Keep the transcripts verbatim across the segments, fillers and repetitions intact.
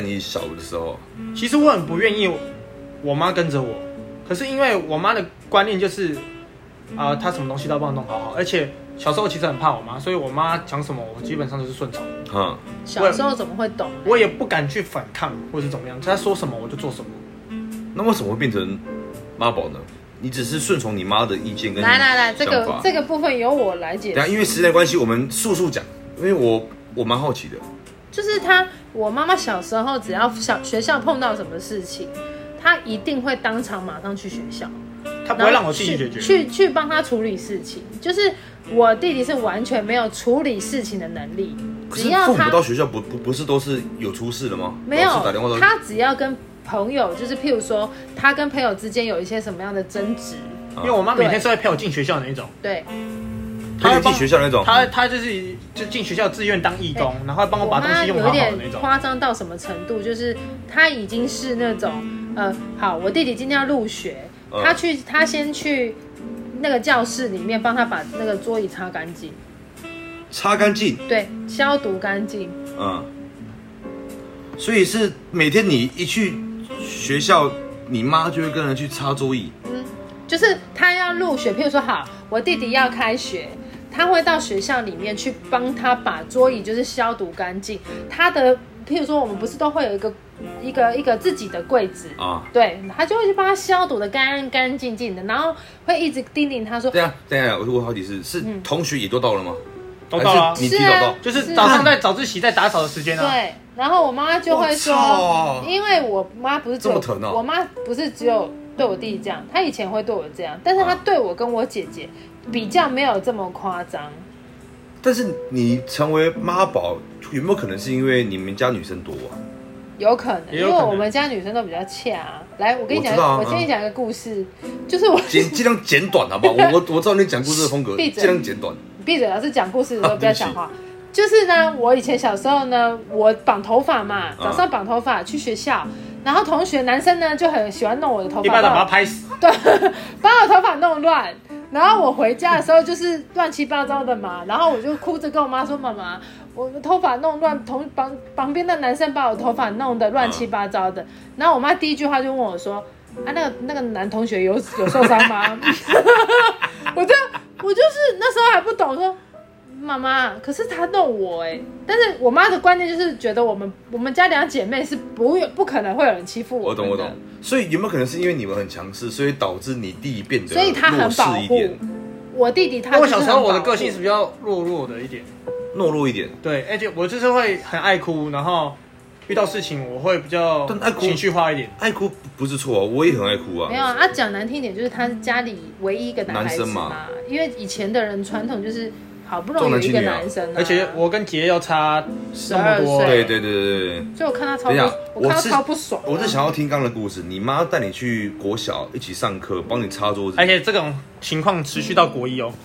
你小的时候， 其实我很不愿意我妈跟着我，可是因为我妈的观念就是，啊、呃，她什么东西都要帮我弄好好，而且小时候其实很怕我妈，所以我妈讲什么我基本上都是顺从。 嗯， 小时候怎么会懂？ 我也不敢去反抗或是怎么样，她说什么我就做什么。 那为什么会变成妈宝呢？你只是顺从你妈的意见跟来来来，这想法个这个部分由我来解释。 因为时间关系，我们速速讲，因为我我蛮好奇的。 就是他，我妈妈小时候只要小学校碰到什么事情，她一定会当场马上去学校， 她不会让我自己解决， 去去帮她处理事情。就是我弟弟是完全没有处理事情的能力，只要他父母到学校不不不是都是有出事了吗？ 没有， 打电话都他只要跟朋友，就是譬如说他跟朋友之间有一些什么样的争执， 因为我妈每天是会陪我进学校的那种， 对。 他进学校那种， 他他就是就进学校自愿当义工，欸、然后帮我把东西用好好的那种。 有点夸张到什么程度？就是他已经是那种呃，好，我弟弟今天要入学，嗯、他去他先去那个教室里面帮他把那个桌椅擦干净， 擦干净， 对，消毒干净。 嗯，所以是每天你一去学校，你妈就会跟人去擦桌椅。 嗯，就是他要入学，譬如说，好，我弟弟要开学。他会到学校里面去帮他把桌椅就是消毒干净。他的，譬如说我们不是都会有一个一个一个自己的柜子啊，对，他就会去帮他消毒的干干净净的，然后会一直叮咛他说：“ 对啊，对啊，我我好奇是是同学也都到了吗？ 都到了， 你提早到， 就是早上在早自习在打扫的时间啊。” 对，然后我妈就会说，因为我妈不是只有这么疼哦， 我妈不是只有对我弟弟这样，她以前会对我这样，但是她对我跟我姐姐。比较没有这么夸张， 但是你成为妈宝有没有可能是因为你们家女生多啊？ 有可能，因为我们家女生都比较恰、啊。来，我跟你讲，我, 啊、我今天讲一个故事，嗯、就是我尽尽量简短好不好？我我我知道你讲故事的风格，尽量简短。 闭嘴，老师讲故事的时候不要讲话。就是呢，我以前小时候呢，我绑头发嘛，早上绑头发去学校，然后同学男生呢就很喜欢弄我的头发， 一般把他拍死， 对，把我头发弄乱。然后我回家的时候就是乱七八糟的嘛，然后我就哭着跟我妈说：“妈妈，我的头发弄乱，同旁旁边的男生把我头发弄得乱七八糟的。”然后我妈第一句话就问我说：“啊，那个那个男同学有有受伤吗？”我就我就是那时候还不懂说。妈妈，可是他弄我哎、欸，但是我妈的观念就是觉得我们我们家两姐妹是不不可能会有人欺负我们的。 我懂我懂，所以有没有可能是因为你们很强势，所以导致你弟弟变得所以他很保护我弟弟他。 我小时候我的个性是比较弱弱的一点， 懦弱一点。 对，而且我就是会很爱哭，然后遇到事情我会比较情绪化一点。 爱哭不是错、啊，我也很爱哭啊。 没有啊，讲难听一点就是他是家里唯一一个男孩子 嘛, 嘛，因为以前的人传统就是。好不容易有一个男生、啊， 而且我跟杰要差那么多， 对对对对对， 所以我看他超不，我看他超不爽、啊。 我是想要听刚刚的故事，你妈带你去国小一起上课，帮你擦桌子， 而且这种情况持续到国一哦。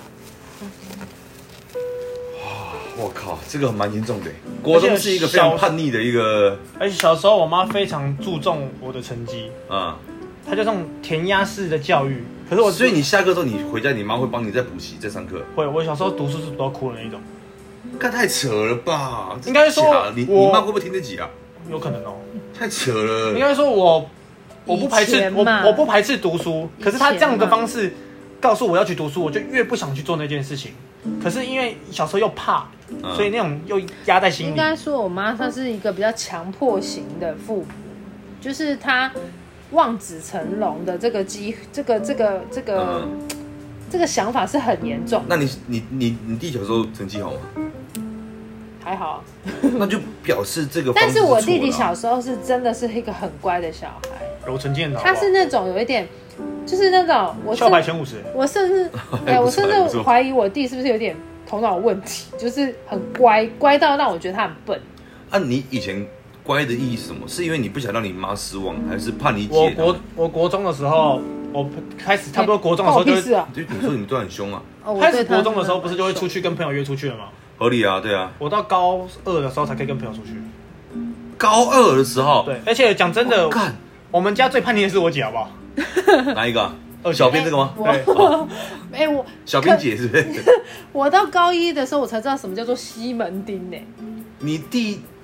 哇，我靠，这个蛮严重的。国中是一个非常叛逆的一个， 而且小时候我妈非常注重我的成绩啊，她就这种填鸭式的教育。可是我， 所以你下课之后，你回家，你妈会帮你再补习、再上课。 会，我小时候读书是读到哭的那一种。 看太扯了吧？ 应该说， 你你妈会不会听得起啊？ 有可能哦。 太扯了。 应该说我我不排斥我我不排斥读书，可是他这样的方式告诉我要去读书，我就越不想去做那件事情。可是因为小时候又怕，嗯、所以那种又压在心里。 应该说，我妈她是一个比较强迫型的父母，就是她。望子成龙的这个机，这个这个这个、嗯、这个想法是很严重。 那你你你你弟小时候成绩好吗？ 还好。 那就表示这个方式是错的啊。 但是我弟弟小时候是真的是一个很乖的小孩， 有成绩的。 他是那种有一点，就是那种我校排前五十。 我甚至哎、欸，我甚至怀疑我弟是不是有点头脑问题，就是很乖，乖到让我觉得他很笨。 啊，你以前。乖的意义是什么？是因为你不想让你妈失望，还是怕你姐？ 我国我国中的时候，我开始差不多国中的时候就， 就、啊、 你说你都很凶啊。 开始国中的时候不是就会出去跟朋友约出去了吗？ 合理啊，对啊。 我到高二的时候才可以跟朋友出去。 高二的时候， 对，而且讲真的，哦、我们家最叛逆的是我姐，好不好？ 哪一个、啊？小编这个吗？ 对，哎、欸、我小编姐是不是？ 我到高一的时候，我才知道什么叫做西门町呢、欸。 你弟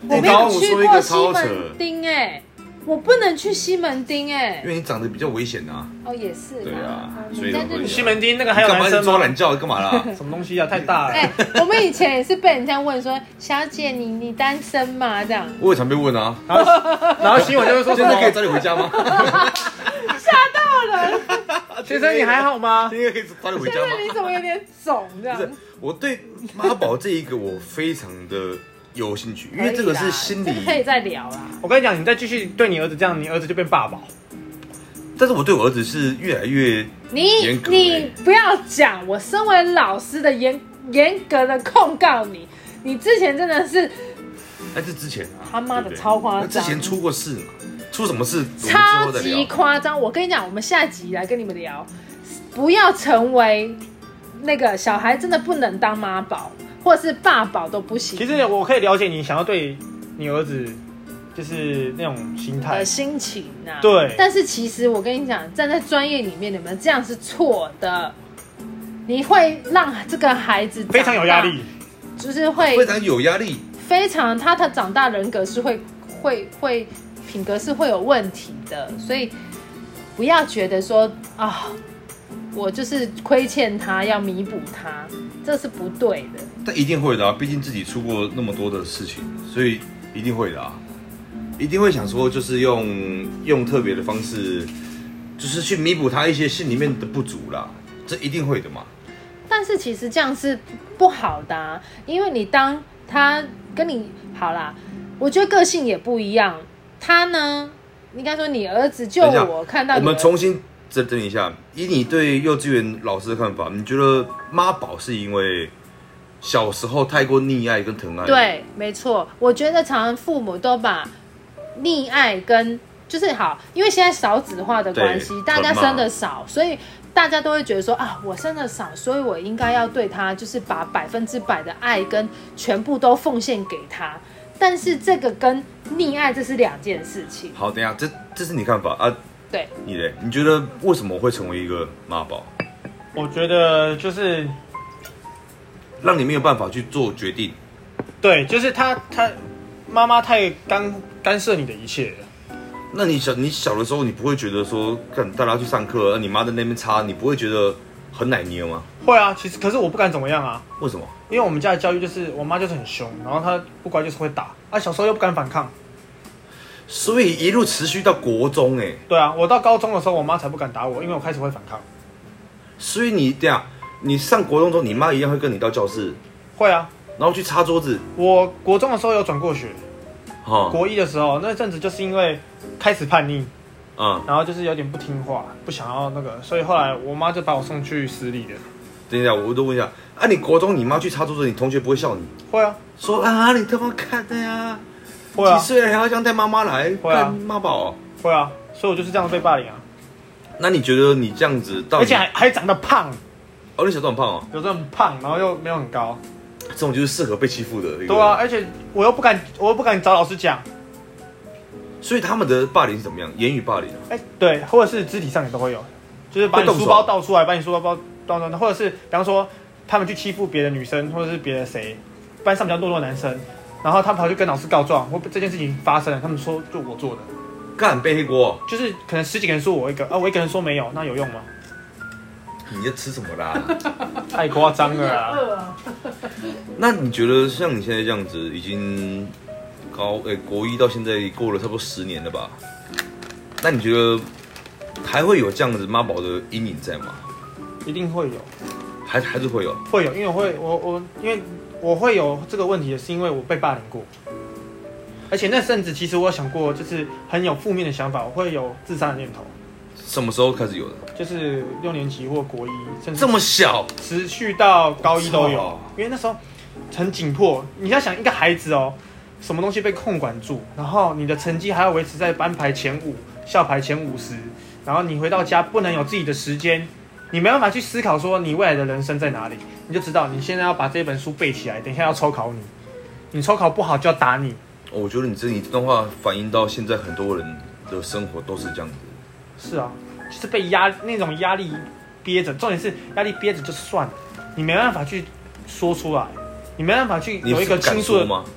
我没有去过西门町哎、欸，我不能去西门町哎、欸， 因为你长得比较危险啊。 哦，也是。 对啊， 嗯、 所以西门町那个还有男生吗？ 抓懒觉干嘛啦？ 什么东西啊？太大了。 哎、欸，我们以前也是被人家问说，小姐你你单身吗？这样。 我也常被问啊。 然后然后新闻就会说， 现在可以早点回家吗？ 吓到人。 先生你还好吗？ 现在可以早点回家吗？ 先生你怎么有点肿这样？ 不是，我对妈宝这一个我非常的有兴趣，因为这个是心理， 这个可以再聊啦。 我跟你讲，你再继续对你儿子这样，你儿子就变爸宝。 但是我对我儿子是越来越严格、欸。 你你不要讲，我身为老师的严严格的控告你，你之前真的是， 那是之前啊， 他妈的超夸张。 之前出过事嘛？出什么事？ 超级夸张！我跟你讲，我们下集来跟你们聊，不要成为那个小孩，真的不能当妈宝，或是爸宝都不行。 其实我可以了解你想要对你儿子。就是那种心态、 呃、心情啊， 对。 但是其实我跟你讲，站在专业里面，你们这样是错的，你会让这个孩子非常有压力， 就是会非常有压力， 非常他的长大人格是会会会品格是会有问题的，所以不要觉得说啊，我就是亏欠他要弥补他，这是不对的。 但一定会的啊，毕竟自己出过那么多的事情，所以一定会的啊。一定会想说，就是用用特别的方式，就是去弥补他一些心里面的不足啦，这一定会的嘛。 但是其实这样是不好的啊，因为你当他跟你好啦，我觉得个性也不一样。他呢，应该说你儿子就我看到， 我们重新整理一下，以你对幼稚园老师的看法，你觉得妈宝是因为小时候太过溺爱跟疼爱？ 对，没错。我觉得常常父母都把溺爱跟就是好，因为现在少子化的关系，大家生的少，所以大家都会觉得说啊，我生的少，所以我应该要对他就是把百分之百的爱跟全部都奉献给他。但是这个跟溺爱这是两件事情。 好，等一下，这这是你看法啊？ 对， 你嘞？你觉得为什么会成为一个妈宝？ 我觉得就是让你没有办法去做决定。 对，就是他他妈妈太干干涉你的一切了。 那你小你小的时候，你不会觉得说，看大家去上课，你妈在那边插，你不会觉得很奶捏吗？ 会啊，其实可是我不敢怎么样啊。 为什么？ 因为我们家的教育就是我妈就是很凶，然后她不乖就是会打，啊小时候又不敢反抗， 所以一路持续到国中哎、欸。 对啊，我到高中的时候，我妈才不敢打我，因为我开始会反抗。 所以你这样，你上国中之后，你妈一样会跟你到教室？ 会啊， 然后去擦桌子。 我国中的时候有转过学， 哦、 国一的时候那阵子就是因为开始叛逆， 嗯， 然后就是有点不听话，不想要那个，所以后来我妈就把我送去私立的。 等一下，我都问一下，啊，你国中你妈去擦桌子，你同学不会笑你？ 会啊， 说啊，你他妈看的呀， 会啊， 几岁了还要这样带妈妈来？ 会啊， 妈宝、哦。 会啊，所以我就是这样被霸凌啊。 那你觉得你这样子到底， 而且还还长得胖， 哦，你小时候很胖哦， 有时候很胖，然后又没有很高， 这种就是适合被欺负的一个。 对啊，而且我又不敢，我又不敢找老师讲， 所以他们的霸凌是怎么样？言语霸凌啊？ 哎、欸，对，或者是肢体上也都会有，就是把你书包倒出来，把你书包倒倒倒，或者是比方说他们去欺负别的女生，或者是别的谁，班上比较懦弱的男生，然后他们跑去跟老师告状，或这件事情发生了，他们说就我做的。 干背黑锅， 就是可能十几个人说我一个，啊，我一个人说没有，那有用吗？ 你在吃什么啦？ 太夸张了啊！ 那你觉得像你现在这样子，已经高诶、欸、国一到现在过了差不多十年了吧？那你觉得还会有这样子妈宝的阴影在吗？ 一定会有， 还还是会有， 会有，因为我会我我因为我会有这个问题，是因为我被霸凌过。而且那阵子其实我有想过，就是很有负面的想法，我会有自杀的念头。 什么时候开始有的？ 就是六年级或国一，甚至这么小， 持续到高一都有。因为那时候很紧迫，你要想一个孩子哦，什么东西被控管住，然后你的成绩还要维持在班排前五、校排前五十，然后你回到家不能有自己的时间，你没办法去思考说你未来的人生在哪里，你就知道你现在要把这本书背起来，等一下要抽考你，你抽考不好就要打你。 我觉得你这你这段话反映到现在很多人的生活都是这样子。 是啊，就是被压那种压力憋着，重点是压力憋着就算了，你没办法去说出来，你没办法去有一个倾诉的吗？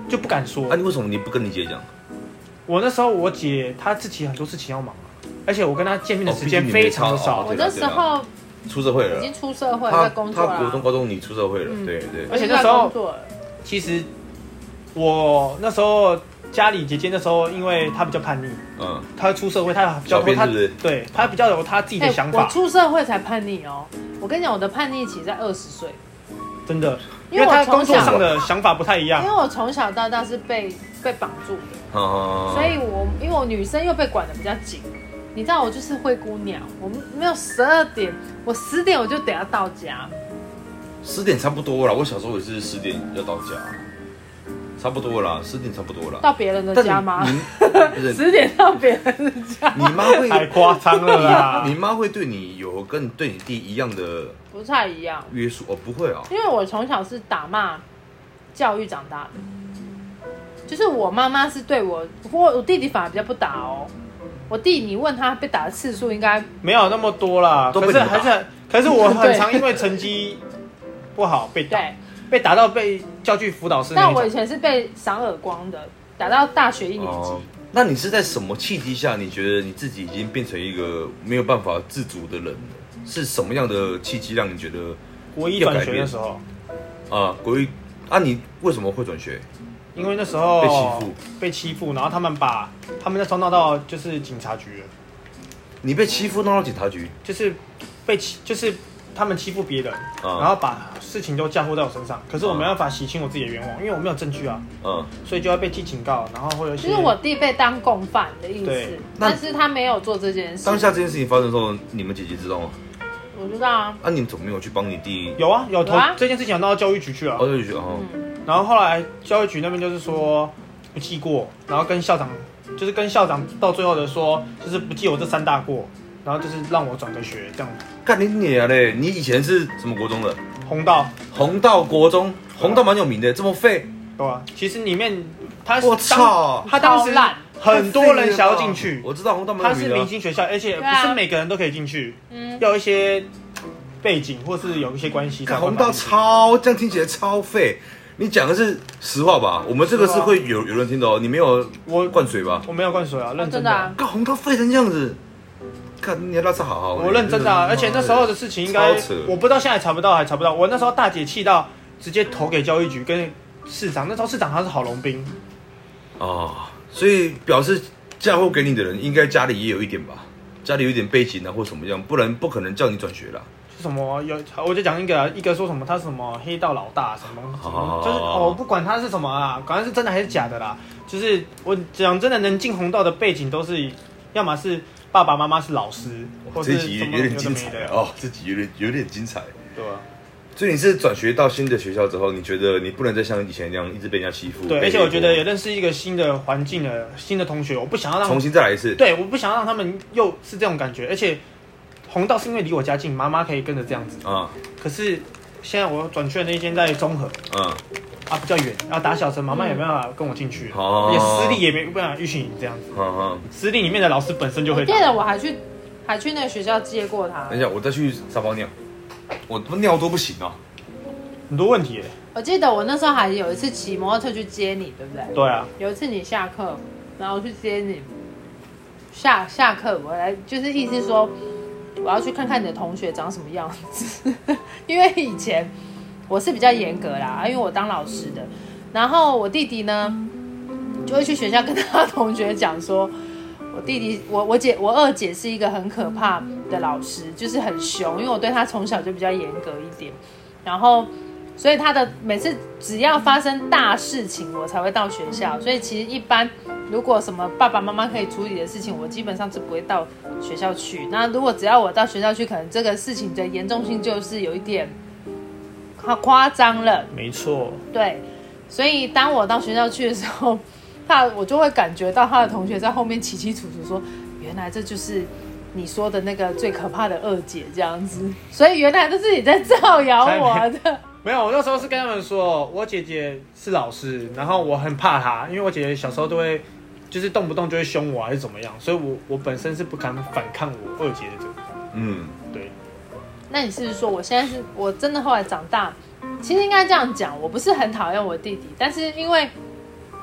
就不敢说。 啊，你为什么你不跟你姐讲？ 我那时候我姐她自己很多事情要忙啊，而且我跟她见面的时间非常的少。 哦、 我那时候出社会了， 已经出社会，在工作了。 他国中、高中你出社会了，嗯、对对。 而且那时候其实我那时候家里姐姐那时候，因为她比较叛逆，嗯，她出社会，她比较她对她比较有她自己的想法、 欸。我出社会才叛逆哦，我跟你讲，我的叛逆期在二十岁。 真的，因为她工作上的想法不太一样。 因为我从小到大是被被绑住的，嗯、所以我因为我女生又被管得比较紧。你知道我就是灰姑娘，我没有十二点，我十点我就得要到家。 十点差不多啦，我小时候也是十点要到家，差不多啦，十点差不多啦。 到别人的家吗？十点到别人的家， 你妈会太夸张了啦！ 你妈会对你有跟对你弟一样的不太一样约束哦？不会啊， 因为我从小是打骂教育长大的，就是我妈妈是对我，我我弟弟反而比较不打哦。我弟，你问他被打的次数应该没有那么多啦，可是还是，可是我很常因为成绩不好被打，被打到被叫去辅导室。 但我以前是被赏耳光的，打到大学一年级。哦、 那你是在什么契机下，你觉得你自己已经变成一个没有办法自主的人了？是什么样的契机让你觉得国一转学的时候？ 啊，国一啊，你为什么会转学？ 因为那时候被欺负， 被欺负，然后他们把他们那时候闹到就是警察局了。 你被欺负闹到警察局？ 就是被欺，就是他们欺负别人，嗯、然后把事情都嫁祸在我身上。可是我没办法洗清我自己的冤枉，因为我没有证据啊。嗯，所以就要被记警告，然后会有一些。 就是我弟被当共犯的意思，但是他没有做这件事。 当下这件事情发生的时候，你们姐姐知道吗？ 我知道啊。 啊，你们怎么没有去帮你弟？ 有啊，有投啊这件事情有闹到教育局去了。 哦，教育局哦。 嗯然后后来教育局那边就是说不记过，然后跟校长就是跟校长到最后的说，就是不记我这三大过，然后就是让我转个学这样。 干你娘嘞！你以前是什么国中的？ 弘道。 弘道国中，弘道蛮有名的，这么废。 对啊，其实里面他我操， 他当时很多人想要进去。 我知道弘道蛮有名的。 他是明星学校，而且不是每个人都可以进去，嗯、要一些背景或是有一些关系。 弘道超这样听起来超废。你讲的是实话吧？我们这个是会有有人听的哦。你没有我灌水吧？ 我没有灌水啊，认真的、啊。 干弘道废成这样子，看你要拉扯好好。 我认真的、啊，而且那时候的事情应该，我不知道现在查不到还查不到。我那时候大姐气到直接投给教育局跟市长，那时候市长他是郝龙斌。 哦，所以表示嫁祸给你的人，应该家里也有一点吧？家里有一点背景啊，或什么样，不然不可能叫你转学啦。 什么有我就讲一个，一个说什么他是什么黑道老大什么，什么就是我、哦、不管他是什么啊，管他是真的还是假的啦。就是我讲真的，能进弘道的背景都是，要么是爸爸妈妈是老师，或是这集有点精彩哦，这集有点有点精彩， 对啊。 所以你是转学到新的学校之后，你觉得你不能再像以前那样一直被人家欺负？ 对，而且我觉得也认识一个新的环境的新的同学，我不想要让重新再来一次。 对，我不想要让他们又是这种感觉，而且。弘道是因为离我家近，妈妈可以跟着这样子。啊、嗯，可是现在我转去的那间在中和，嗯，啊比较远，要打小车，妈妈也没办法跟我进去，嗯、也私立也没办法允许你这样子。嗯嗯，私立里面的老师本身就会打。 我记得我还去还去那个学校接过他。 等一下，我再去沙包尿，我尿都不行啊， 很多问题耶。 我记得我那时候还有一次骑摩托车去接你，对不对？ 对啊。 有一次你下课，然后我去接你，下下课我来就是意思说。我要去看看你的同学长什么样子，因为以前我是比较严格啦，因为我当老师的。然后我弟弟呢，就会去学校跟他同学讲说，我弟弟，我我姐，我二姐是一个很可怕的老师，就是很凶，因为我对他从小就比较严格一点。然后，所以他的每次只要发生大事情，我才会到学校。所以其实一般。如果什么爸爸妈妈可以处理的事情，我基本上是不会到学校去。那如果只要我到学校去，可能这个事情的严重性就是有一点夸张了。 没错。 对，所以当我到学校去的时候，他我就会感觉到他的同学在后面起起楚楚说，原来这就是你说的那个最可怕的二姐这样子。所以原来都是你在造谣我的。 没有，我那时候是跟他们说，我姐姐是老师，然后我很怕她，因为我姐姐小时候都会。就是动不动就会凶我还是怎么样，所以我我本身是不敢反抗我二姐的这个。嗯，对。 那你是不是说我现在是我真的后来长大，其实应该这样讲，我不是很讨厌我弟弟，但是因为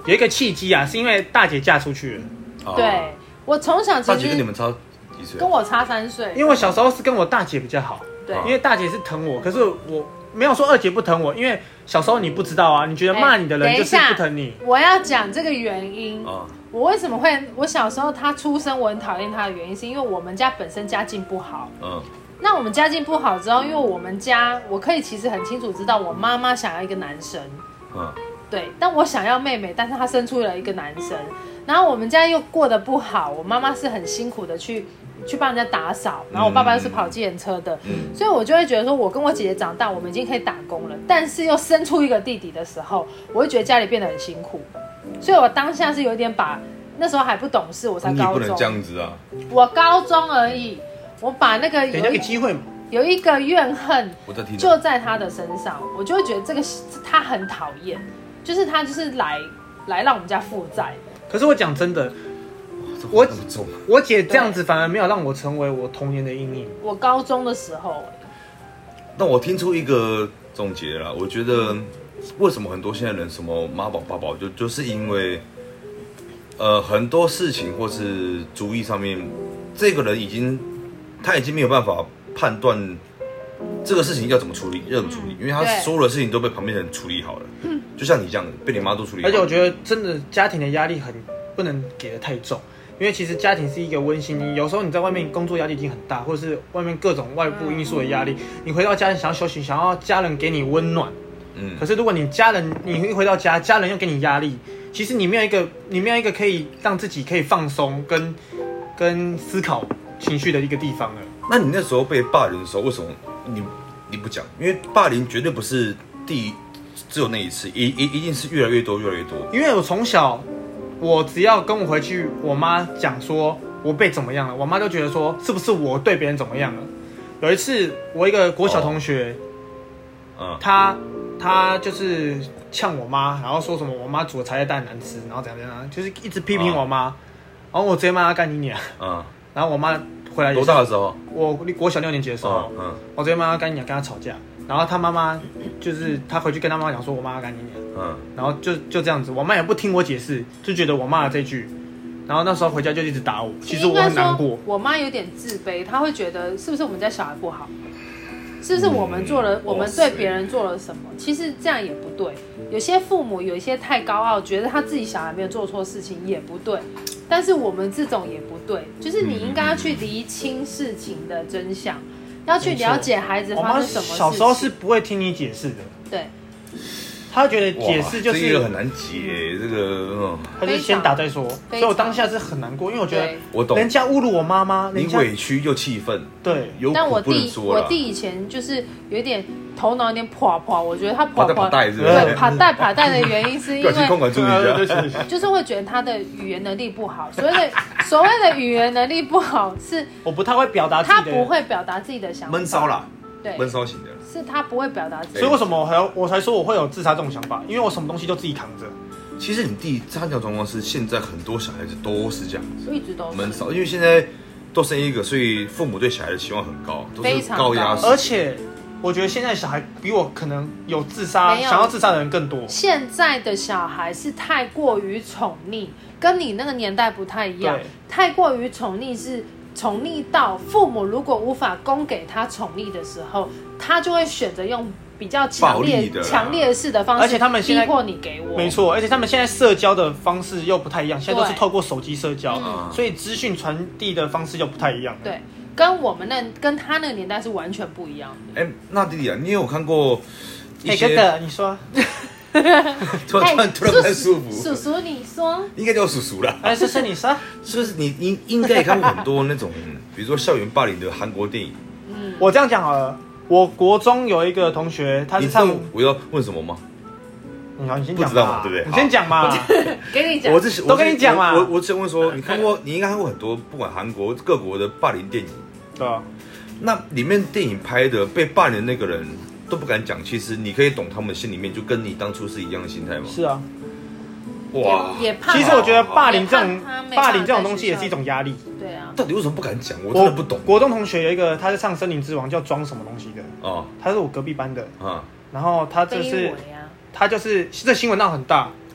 有一个契机啊，是因为大姐嫁出去了。 哦、 对，我从小其实大姐跟你们差几岁？ 跟我差三岁。 因为我小时候是跟我大姐比较好， 对， 因为大姐是疼我，可是我没有说二姐不疼我，因为小时候你不知道啊，你觉得骂你的人就是不疼你。 欸、我要讲这个原因。 哦我为什么会？我小时候他出生，我很讨厌他的原因，是因为我们家本身家境不好。嗯。那我们家境不好之后，因为我们家，我可以其实很清楚知道，我妈妈想要一个男生。嗯。对，但我想要妹妹，但是她生出了一个男生，然后我们家又过得不好，我妈妈是很辛苦的去去帮人家打扫，然后我爸爸又是跑计程车的，嗯、所以我就会觉得说，我跟我姐姐长大，我们已经可以打工了，但是又生出一个弟弟的时候，我会觉得家里变得很辛苦。所以我当下是有点把那时候还不懂事，我才高中， 你不能这样子啊！ 我高中而已，我把那个给那个机会嘛， 有一个怨恨就在他的身上， 我就会觉得这个他很讨厌，就是他就是来来让我们家负债。 可是我讲真的，我我姐这样子反而没有让我成为我童年的阴影。 我高中的时候， 那我听出一个总结啦，我觉得。为什么很多现在人什么妈宝爸宝就就是因为，呃，很多事情或是主意上面，这个人已经他已经没有办法判断这个事情要怎么处理，要怎么处理，因为他所有的事情都被旁边的人处理好了。嗯，就像你这样被你妈都处理好了。 而且我觉得真的家庭的压力很不能给得太重，因为其实家庭是一个温馨。你有时候你在外面工作压力已经很大，或者是外面各种外部因素的压力，你回到家想要休息，想要家人给你温暖。嗯，可是如果你家人，你一回到家，家人又给你压力，其实你没有一个，你没有一个可以让自己可以放松跟跟思考情绪的一个地方了。 那你那时候被霸凌的时候，为什么你你不讲？因为霸凌绝对不是第一，只有那一次，一一一定是越来越多，越来越多。 因为我从小，我只要跟我回去，我妈讲说我被怎么样了，我妈就觉得说是不是我对别人怎么样了。有一次，我一个国小同学，哦、嗯，他。他就是呛我妈，然后说什么我妈煮的茶叶蛋难吃，然后怎样怎样，就是一直批评我妈，然后我直接骂他干你娘，嗯，然后我妈回来也是多大的时候？ 我国小六年级的时候，嗯，我直接骂他干你娘，跟他吵架，然后他妈妈就是他回去跟他妈妈讲说我妈干你娘，嗯，然后就就这样子，我妈也不听我解释，就觉得我骂了这句，然后那时候回家就一直打我，其实我很难过。 我妈有点自卑，她会觉得是不是我们家小孩不好？是不是我们做了，嗯、我们对别人做了什么？其实这样也不对。有些父母有一些太高傲，觉得他自己小孩没有做错事情也不对。但是我们这种也不对，就是你应该要去厘清事情的真相，嗯、要去了解孩子发生什么事情。 小时候是不会听你解释的。 对。 他觉得解释就是这个很难解，这个嗯， 他就先打再说，所以我当下是很难过，因为我觉得我懂， 人家侮辱我妈妈， 你委屈又气愤， 对， 有苦不能说啦。 我弟以前就是有点头脑有点破破，我觉得他破破， 爬带对，爬带爬带的原因是因为控管住一下， 就是会觉得他的语言能力不好，所谓的所谓的语言能力不好是， 我不太会表达自己的， 他不会表达自己的想法， 闷骚啦， 对， 闷骚型的。 是他不会表达自己， 所以为什么我还要我才说我会有自杀这种想法？因为我什么东西都自己扛着。 其实你弟他这种状况是现在很多小孩子都是这样子， 一直都闷骚，因为现在都生一个，所以父母对小孩的期望很高，都是高压式。 而且我觉得现在小孩比我可能有自杀想要自杀的人更多。 现在的小孩是太过于宠溺，跟你那个年代不太一样。太过于宠溺是。宠溺到父母如果无法供给他宠溺的时候，他就会选择用比较强烈、强烈式的方式， 而且他们现在逼迫你给我。 没错，而且他们现在社交的方式又不太一样，现在都是透过手机社交，嗯、所以资讯传递的方式又不太一样。 对，跟我们那跟他那个年代是完全不一样的。 哎、欸，那弟弟啊，你有看过一些？ 哎、欸，哥哥，你说。 突然突然突然很舒服， 叔叔你说， 应该叫叔叔啦。 哎，叔叔你说， 是不是你你应该也看过很多那种，比如说校园霸凌的韩国电影？ 嗯，我这样讲好了。我国中有一个同学，他是唱， 我要问什么吗？ 你好，你先讲， 不知道嘛，对不对？ 你先讲嘛， 给你讲， 我是都跟你讲嘛。 我我只问说，你看过，你应该看过很多，不管韩国各国的霸凌电影， 对啊。 那里面电影拍的被霸凌的那个人。都不敢讲，其实你可以懂他们心里面，就跟你当初是一样的心态吗？ 是啊， 哇，也怕。 其实我觉得霸凌这种霸凌这种东西也是一种压力。 对啊。 到底为什么不敢讲？我真的不懂。 国中同学有一个，他是唱《森林之王》，叫装什么东西的哦，他是我隔壁班的啊。然后他就是他就是这新闻闹很大，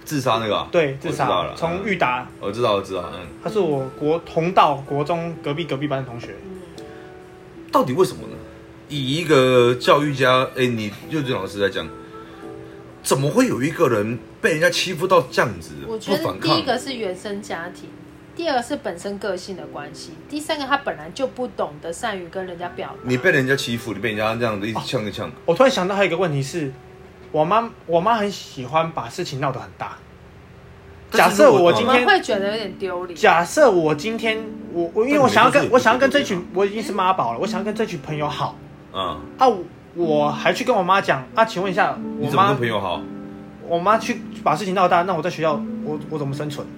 自杀那个、啊？ 对，自杀了，从裕达。 我知道，我知道，嗯。 他是我国同道国中隔壁隔壁班的同学。 到底为什么呢？以一个教育家，哎，你幼稚园老师来讲，怎么会有一个人被人家欺负到这样子？ 我觉得第一个是原生家庭，第二个是本身个性的关系，第三个他本来就不懂得善于跟人家表达。 你被人家欺负，你被人家这样子一直呛一呛、哦。 我突然想到还有一个问题是，我妈我妈很喜欢把事情闹得很大。假设我今天会觉得有点丢脸。 假设我今天我我因为我想要跟我想要跟这群我已经是妈宝了，我想要跟这群朋友好。嗯啊，我还去跟我妈讲啊，请问一下，我妈你怎么跟朋友好？ 我妈去把事情闹大，那我在学校我我怎么生存？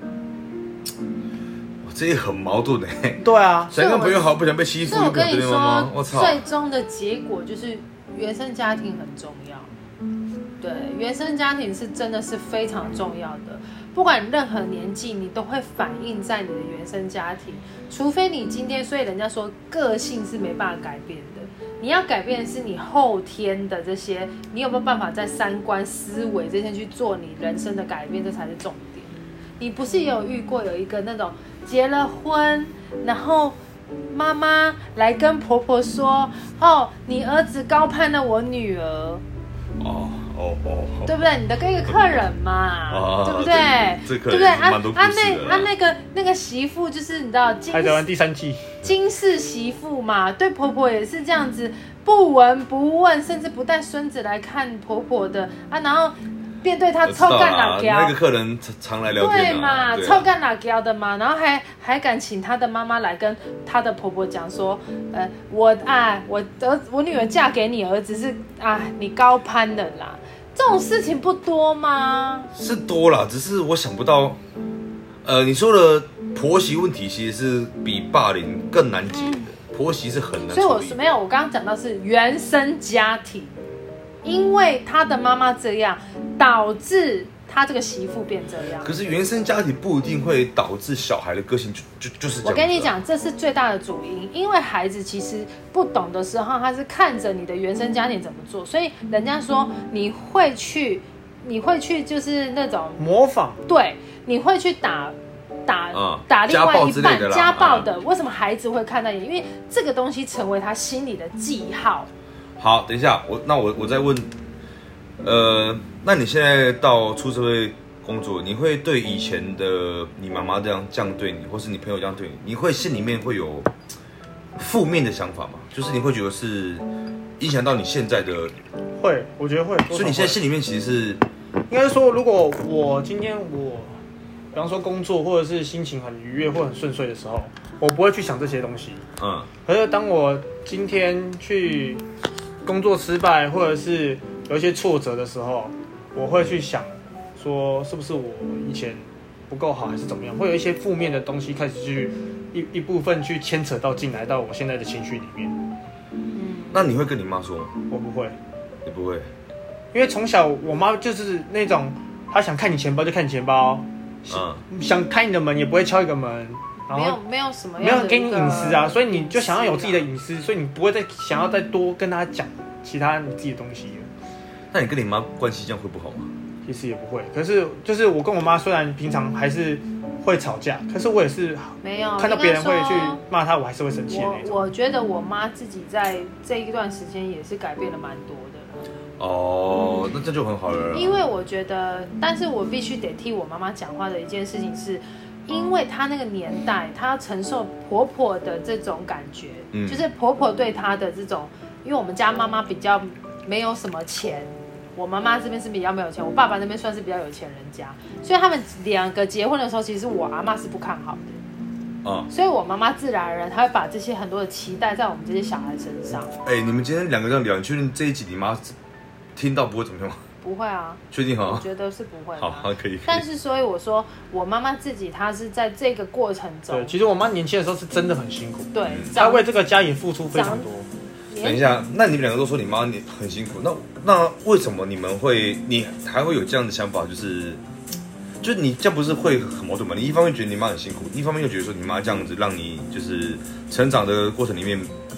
这也很矛盾哎、欸。 对啊， 想跟朋友好，不想被欺负。 所以我跟你说， 我操， 最终的结果就是原生家庭很重要。对，原生家庭是真的是非常重要的。不管任何年纪，你都会反映在你的原生家庭，除非你今天，所以人家说个性是没办法改变的。你要改变的是你后天的这些，你有没有办法在三观、思维这些去做你人生的改变，这才是重点。你不是也有遇过有一个那种结了婚，然后妈妈来跟婆婆说：“哦，你儿子高攀了我女儿。”哦。哦哦，对不对？你的跟一个客人嘛，哦、对不对？ 对不对？啊啊那啊那个那个媳妇就是你知道， 海贼王第三季， 金氏媳妇嘛，对婆婆也是这样子，不闻不问，甚至不带孙子来看婆婆的啊，然后便对她臭干哪条， 那个客人常来聊天、啊， 对嘛，臭干哪条的嘛，然后还还敢请她的妈妈来跟她的婆婆讲说，呃，我啊，我儿我女儿嫁给你儿子是啊，你高攀的啦。这种事情不多吗？ 是多啦，只是我想不到。呃，你说的婆媳问题其实是比霸凌更难解的，嗯、婆媳是很难处理。 所以我是没有，我刚刚讲到是原生家庭，因为他的妈妈这样，导致他这个媳妇变这样。 可是原生家庭不一定会导致小孩的个性就就就是这样、啊。 我跟你讲，这是最大的主因，因为孩子其实不懂的时候，他是看着你的原生家庭怎么做，所以人家说你会去，你会去就是那种模仿， 对，你会去打打、嗯、打另外一半家暴的、嗯。为什么孩子会看到你？因为这个东西成为他心里的记号。 好，等一下，我那我我再问。呃，那你现在到出社会工作，你会对以前的你妈妈这样这样对你，或是你朋友这样对你，你会心里面会有负面的想法吗？就是你会觉得是影响到你现在的？ 会，我觉得会。 所以你现在心里面其实是， 应该是说，如果我今天我，比方说工作或者是心情很愉悦或很顺遂的时候，我不会去想这些东西。嗯。可是当我今天去工作失败，或者是有一些挫折的时候，我会去想说是不是我以前不够好还是怎么样，会有一些负面的东西开始去一一部分去牵扯到进来到我现在的情绪里面。 那你会跟你妈说吗？ 我不会。 你不会？ 因为从小我妈就是那种她想看你钱包就看你钱包，嗯，想开你的门也不会敲一个门，然后没有没有什么没有给你隐私啊，所以你就想要有自己的隐私，所以你不会再想要再多跟她讲其他你自己的东西了。 那你跟你妈关系这样会不好吗？ 其实也不会，可是就是我跟我妈虽然平常还是会吵架，可是我也是没有看到别人会去骂她，我还是会生气的那种。 我我觉得我妈自己在这一段时间也是改变了蛮多的了。 哦，那这就很好了。 因为我觉得，但是我必须得替我妈妈讲话的一件事情是，因为她那个年代，她要承受婆婆的这种感觉，嗯，就是婆婆对她的这种，因为我们家妈妈比较没有什么钱。我妈妈这边是比较没有钱，我爸爸那边算是比较有钱人家，所以他们两个结婚的时候，其实我阿嬷是不看好的，嗯，所以我妈妈自然而然，她会把这些很多的期待在我们这些小孩身上。 哎、欸，你们今天两个这样聊，你确定这一集你妈听到不会怎么样吗？ 不会啊， 确定哈？ 我觉得是不会的。 好，好，可以。 但是所以我说，我妈妈自己她是在这个过程中， 对，其实我妈年轻的时候是真的很辛苦， 对， 她为这个家也付出非常多。 等一下，那你们两个都说你妈你很辛苦，那那为什么你们会，你还会有这样的想法？就是，就是你这样不是会很矛盾吗？你一方面觉得你妈很辛苦，一方面又觉得说你妈这样子让你就是成长的过程里面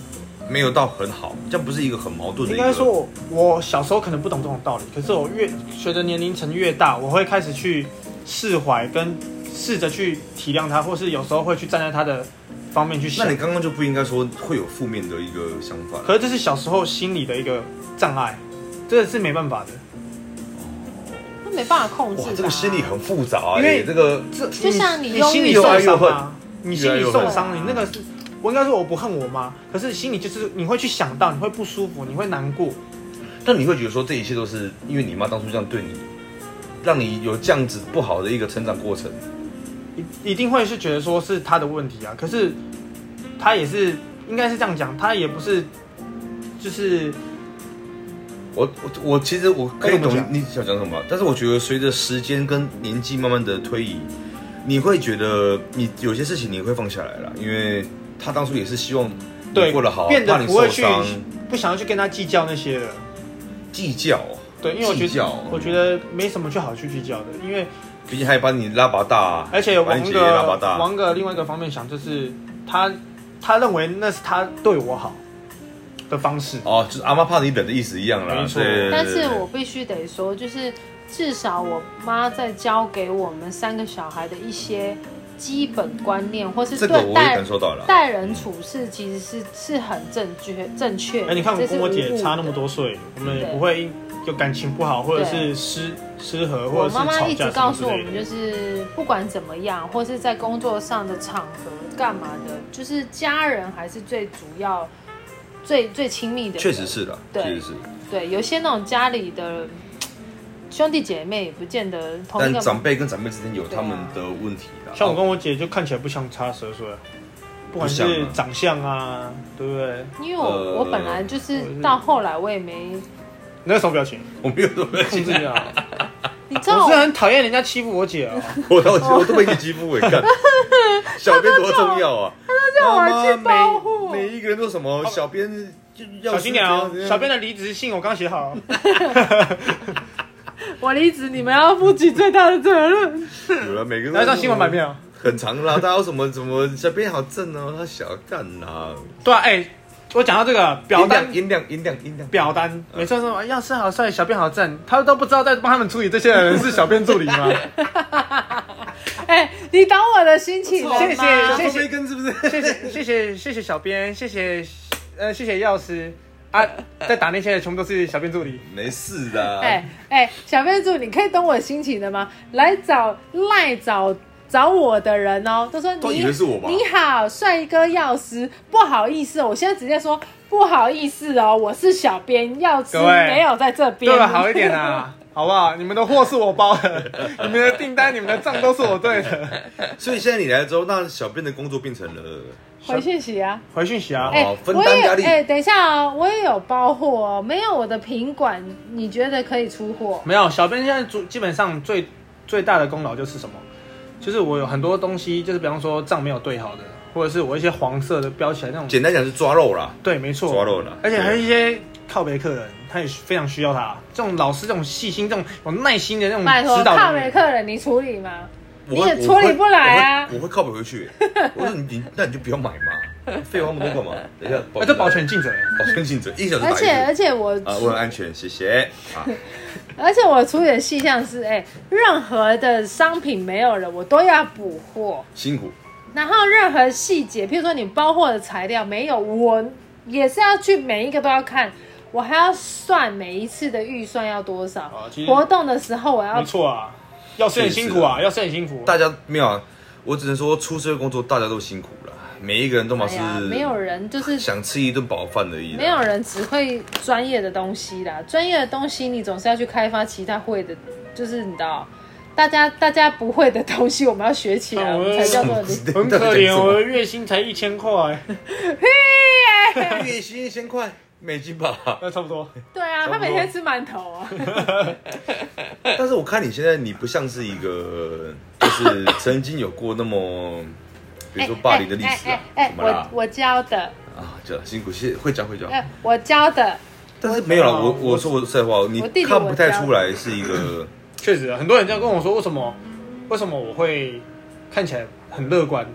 没有到很好，这样不是一个很矛盾的一个。 应该说我，我小时候可能不懂这种道理，可是我越随着年龄层越大，我会开始去释怀，跟试着去体谅他，或是有时候会去站在他的方面去想。 那你刚刚就不应该说会有负面的一个想法。 可是这是小时候心理的一个障碍，这个是没办法的。 那没办法控制。哇， 这个心理很复杂啊， 因为这个这就像你你心里受伤啊，你心里受伤，你那个是。我应该说我不恨我妈，可是心里就是你会去想到，你会不舒服，你会难过。 但你会觉得说这一切都是因为你妈当初这样对你，让你有这样子不好的一个成长过程。 一一定会是觉得说是她的问题啊，可是她也是应该是这样讲，她也不是就是我我我其实我可以懂你想讲什么，但是我觉得随着时间跟年纪慢慢的推移，你会觉得你有些事情你会放下来了，因为他当初也是希望你过得好， 变得不会去怕你受伤， 不想要去跟他计较那些的。 计较， 对，因为我觉得我觉得没什么去好去计较的，因为毕竟还把你拉拔大、啊， 而且往个往个另外一个方面想，就是他他认为那是他对我好的方式。 哦，就是阿妈怕你冷的意思一样啦。 没错， 但是我必须得说，就是至少我妈在教给我们三个小孩的一些基本观念，或是对待待人处事，其实是是很正确正确。 哎、欸，你看我跟我姐差那么多岁，我们也不会有感情不好，或者是失失和，或者是吵架。 我妈妈一直告诉我们，就是不管怎么样，或是在工作上的场合干嘛的，就是家人还是最主要、最最亲密的。 确实是的，确实是。 对，有些那种家里的兄弟姐妹也不见得同一个， 但长辈跟长辈之间有他们的问题的。 像我跟我姐就看起来不相差十岁，不管是长相啊，对不对？ 因为我、呃、我本来就是到后来我也没。 那个什么表情？ 我没有什么表情啊！ 你知道我是很讨厌人家欺负我姐啊！ 我都我都被你欺负，我干！小编多重要啊！ 他都叫我去保护。 每一个人都什么小编小心点哦！小编的离职信我刚写好。 我离职，你们要负起最大的责任。 有了，每个人来上新闻版面啊！ 很长啦，大家有什么什么小编好正哦，他小干呐。 对啊，哎、欸，我讲到这个表单， 音量音量音量表单，每次说药师好帅，小编好正，他都不知道在帮他们处理这些人是小编助理吗？ 哎、欸，你懂我的心情了吗？ 谢谢谢谢， 根是不是？ 谢谢谢谢谢谢小编，谢谢呃谢谢药师。啊，在打那些全部都是小编助理， 没事的。 哎哎、欸欸，小编助理，你可以懂我心情的吗？来找赖找找我的人哦，都说你都以为是我吧？ 你好，帅哥药师，不好意思，我现在直接说不好意思哦，我是小编，药师没有在这边， 对吧？好一点啊，好不好？你们的货是我包的，你们的订单、你们的账都是我对的。 所以现在你来之后，那小编的工作变成了。 回讯息啊， 回讯息啊， 哎、欸，分担压力。哎、欸，等一下哦，我也有包货哦，没有我的品管，你觉得可以出货？ 没有，小编现在基本上最最大的功劳就是什么？就是我有很多东西，就是比方说账没有对好的，或者是我一些黄色的标起来那种。 简单讲是抓漏啦。 对，没错， 抓漏啦。 而且还有一些靠北客人，他也非常需要他这种老师、这种细心、这种有耐心的那种指导。 靠北客人，你处理吗？你也处理不来啊！ 我 会, 我会靠北回去。我说你你那你就不要买嘛，废话那么多干嘛？等一下， 啊，这保全尽责， 保全尽责，一小时打一次。 而且而且我啊，我很安全，谢谢。啊、 而且我处理的细项是，哎、欸，任何的商品没有了，我都要补货， 辛苦。 然后任何细节，譬如说你包货的材料没有，我也是要去每一个都要看。我还要算每一次的预算要多少，啊、活动的时候我要没错啊。要是很辛苦啊，要是很辛苦。 大家没有啊，我只能说出社会工作大家都辛苦了，每一个人都嘛是、哎， 没有人就是想吃一顿饱饭而已。 没有人只会专业的东西啦，专业的东西你总是要去开发其他会的，就是你知道，大家大家不会的东西我们要学起来，啊、我们才叫做很可怜，我的月薪才一千块， 嘿耶， 月薪一千块。美金吧， 那差不多。 对啊，他每天吃馒头啊。 但是我看你现在，你不像是一个，就是曾经有过那么，比如说霸凌的历史啊， 哎、欸欸欸、什么啦？我我教的啊，教辛苦，谢会教会教。 哎、欸，我教的。 但是没有啦，我我说我实在话，你看不太出来是一个。 确实，很多人这样跟我说，为什么为什么我会看起来很乐观？可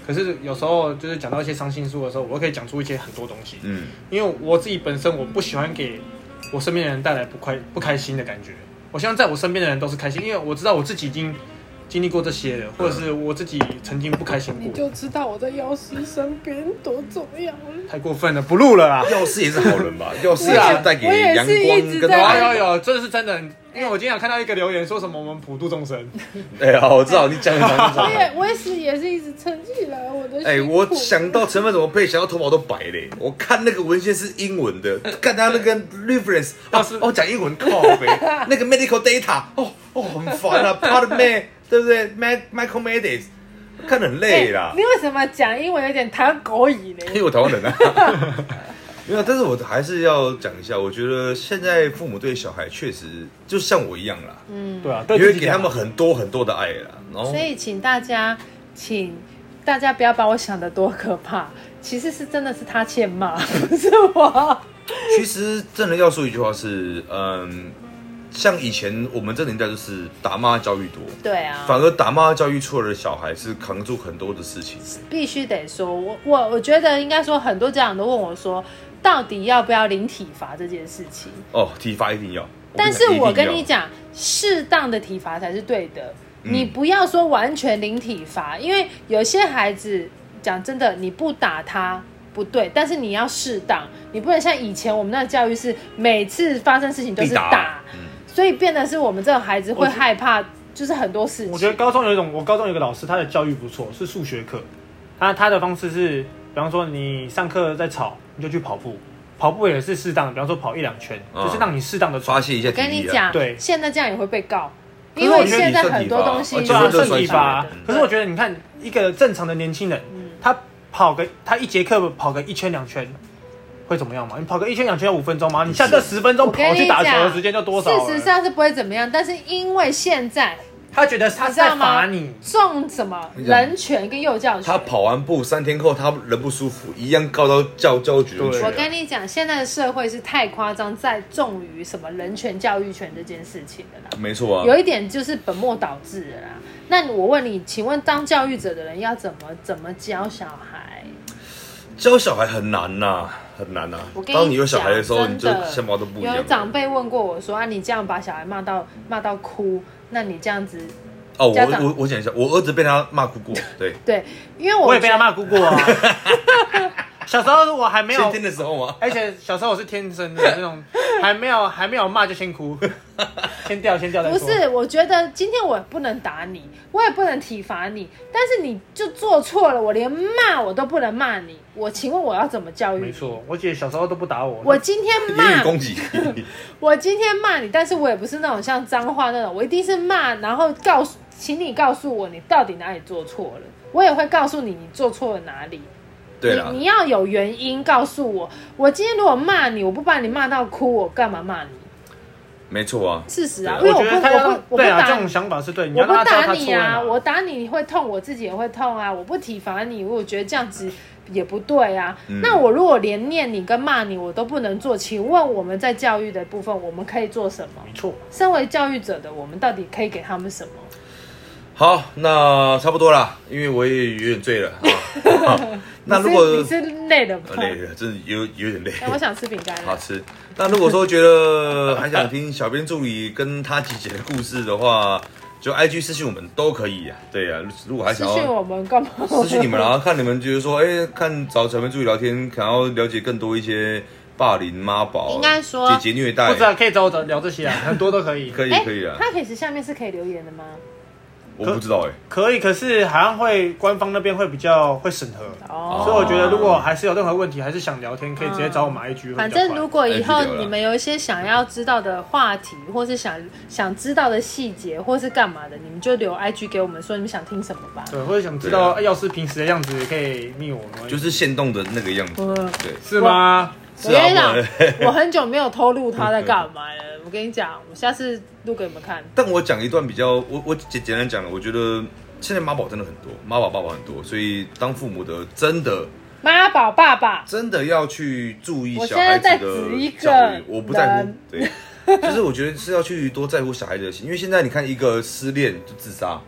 可是有时候就是讲到一些伤心事的时候，我可以讲出一些很多东西。 嗯， 因为我自己本身我不喜欢给我身边的人带来不快不开心的感觉。我希望在我身边的人都是开心，因为我知道我自己已经经历过这些了，或者是我自己曾经不开心过。 你就知道我在药师身边多重要了。 太过分了，不录了啦。 药师也是好人吧？药师也是带给阳光跟有有有，这是真的。因为我今天有看到一个留言，说什么我们普度众生。 哎呀，我知道你讲很长。 我也我也是也是一直撑起来我的。 哎，我想到成分怎么配，想到头发都白嘞。我看那个文献是英文的，看他那个 reference， 哦哦讲英文靠呗。那个 medical data， 哦哦很烦啊 ，Part May 对不对 ？Michael Medes， 看得很累啦。 你为什么讲英文有点台湾狗语呢？ 因为我台湾人啊。没有，但是我还是要讲一下，我觉得现在父母对小孩确实就像我一样啦， 嗯，对啊， 因为给他们很多很多的爱啦。然后所以请大家，请大家不要把我想的多可怕，其实是真的是他欠骂，不是我。 其实真的要说一句话是，嗯，像以前我们这年代就是打骂教育多， 对啊， 反而打骂教育错了的小孩是扛住很多的事情。 必须得说，我我我觉得应该说，很多家长都问我说，到底要不要零体罚这件事情？ 哦，体罚一定要。 但是我跟你讲，适当的体罚才是对的。嗯、你不要说完全零体罚，因为有些孩子讲真的，你不打他不对，但是你要适当，你不能像以前我们那个教育是每次发生事情都是打，打嗯、所以变得是我们这种孩子会害怕，就是很多事情。 我觉得高中有一种，我高中有一个老师，他的教育不错，是数学课，他他的方式是。比方说你上课在吵，你就去跑步，跑步也是适当的，比方说跑一两圈，嗯、就是让你适当的发泄一下体力、啊。 我跟你讲， 对， 现在这样也会被告，因为现在很多东西对啊，算体罚。可是我觉得，你看一个正常的年轻人，嗯、他跑个他一节课跑个一圈两圈，会怎么样嘛？你跑个一圈两圈要五分钟吗？你下这十分钟跑去打球的时间就多少了？ 事实上是不会怎么样，但是因为现在。 他觉得他在罚你， 重什么人权跟幼教权？ 他跑完步三天后，他人不舒服，一样告到教教育局去。 我跟你讲，现在的社会是太夸张，在重于什么人权、教育权这件事情的啦。 没错啊， 有一点就是本末倒置的啦。那我问你，请问当教育者的人要怎么怎么教小孩？ 教小孩很难呐、啊。很难啊！ 我跟你当你有小孩的时候，你就想法都不一样。 有长辈问过我说：“啊，你这样把小孩骂到骂到哭，那你这样子……” 哦，我我我讲一下，我儿子被他骂哭过，对对，因为 我, 我也被他骂哭过啊。小时候我还没有先天的时候吗？ 而且小时候我是天生的那种，还没有还没有骂就先哭，先掉先掉再说。 不是，我觉得今天我不能打你，我也不能体罚你，但是你就做错了，我连骂我都不能骂你。我请问我要怎么教育你？ 没错，我姐小时候都不打我。 我今天骂攻击， 我今天骂你，但是我也不是那种像脏话那种，我一定是骂，然后告诉，请你告诉我你到底哪里做错了，我也会告诉你你做错了哪里。 对啦， 你你要有原因告诉我。我今天如果骂你，我不把你骂到哭，我干嘛骂你？ 没错啊， 事实啊，因为我不我不我不打、 啊、这种想法是对， 我不打你啊，我打你你会痛，我自己也会痛啊。我不体罚你，我觉得这样子也不对啊。嗯、那我如果连念你跟骂你我都不能做，请问我们在教育的部分我们可以做什么？ 没错， 身为教育者的我们到底可以给他们什么？ 好，那差不多啦，因为我也有点醉了。啊、那如果你 是, 你是累了吗？ 累了，真的有有点累。 我想吃饼干。 好吃。那如果说觉得还想听小编助理跟他姐姐的故事的话，就 I G 私讯我们都可以啊。对呀、啊，如果还想要私讯我们干嘛？ 私讯你们，然后看你们觉得说，哎、欸，看找小编助理聊天，想要了解更多一些霸凌、妈宝， 应该说姐姐虐待， 不知道可以找我聊这些啊，很多都可以， 可以可以啊。 他可以是下面是可以留言的吗？ 我不知道哎、欸， 可以，可是好像会官方那边会比较会审核，哦、所以我觉得如果还是有任何问题，还是想聊天，可以直接找我们 I G。 反正如果以后你们有一些想要知道的话题，或是想想知道的细节，或是干嘛的，你们就留 I G 给我们，说你们想听什么吧。 对，或者想知道药师平时的样子，可以密我们， 就是限动的那个样子，嗯、对， 是吗？ 我跟你讲，我很久没有偷录他在干嘛了。我跟你讲，我下次录给你们看。 但我讲一段比较，我我简简单讲了，我觉得现在妈宝真的很多，妈宝爸爸很多，所以当父母的真的妈宝爸爸真的要去注意小孩子的教育。我不在乎，对，就是我觉得是要去多在乎小孩子的心，因为现在你看一个失恋就自杀。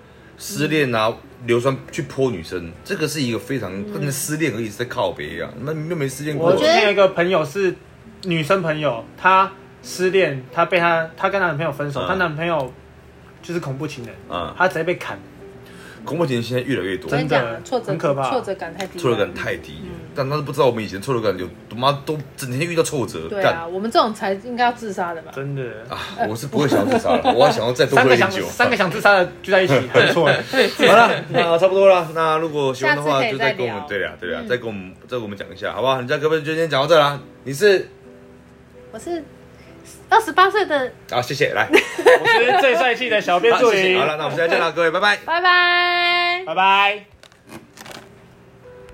失恋啊，硫酸去泼女生，这个是一个非常跟失恋而已，是在靠北啊，那你又没失恋过。 我之前有一个朋友是女生朋友，她失恋，她被她她跟她男朋友分手，她、嗯、男朋友就是恐怖情人，嗯，她直接被砍。 恐怖情人现在越来越多， 真的挫折很可怕，挫折感太低， 挫折感太低。嗯、但他是不知道我们以前挫折感有他妈都整天遇到挫折。 对啊，我们这种才应该要自杀的吧？ 真的啊，我是不会想要自杀的，我还想要再多喝一点酒。 三个想自杀的聚在一起，很错。 好了，那差不多了。那如果喜欢的话，就再跟我们对了，对了，嗯、再跟我们再跟我们讲一下，好不好？你家各位就今天讲到这啦。你是？ 我是。二十八岁的好，谢谢，来， 我是最帅气的小编助理。 好了，那我们再见了，各位，拜拜， 拜拜， 拜拜。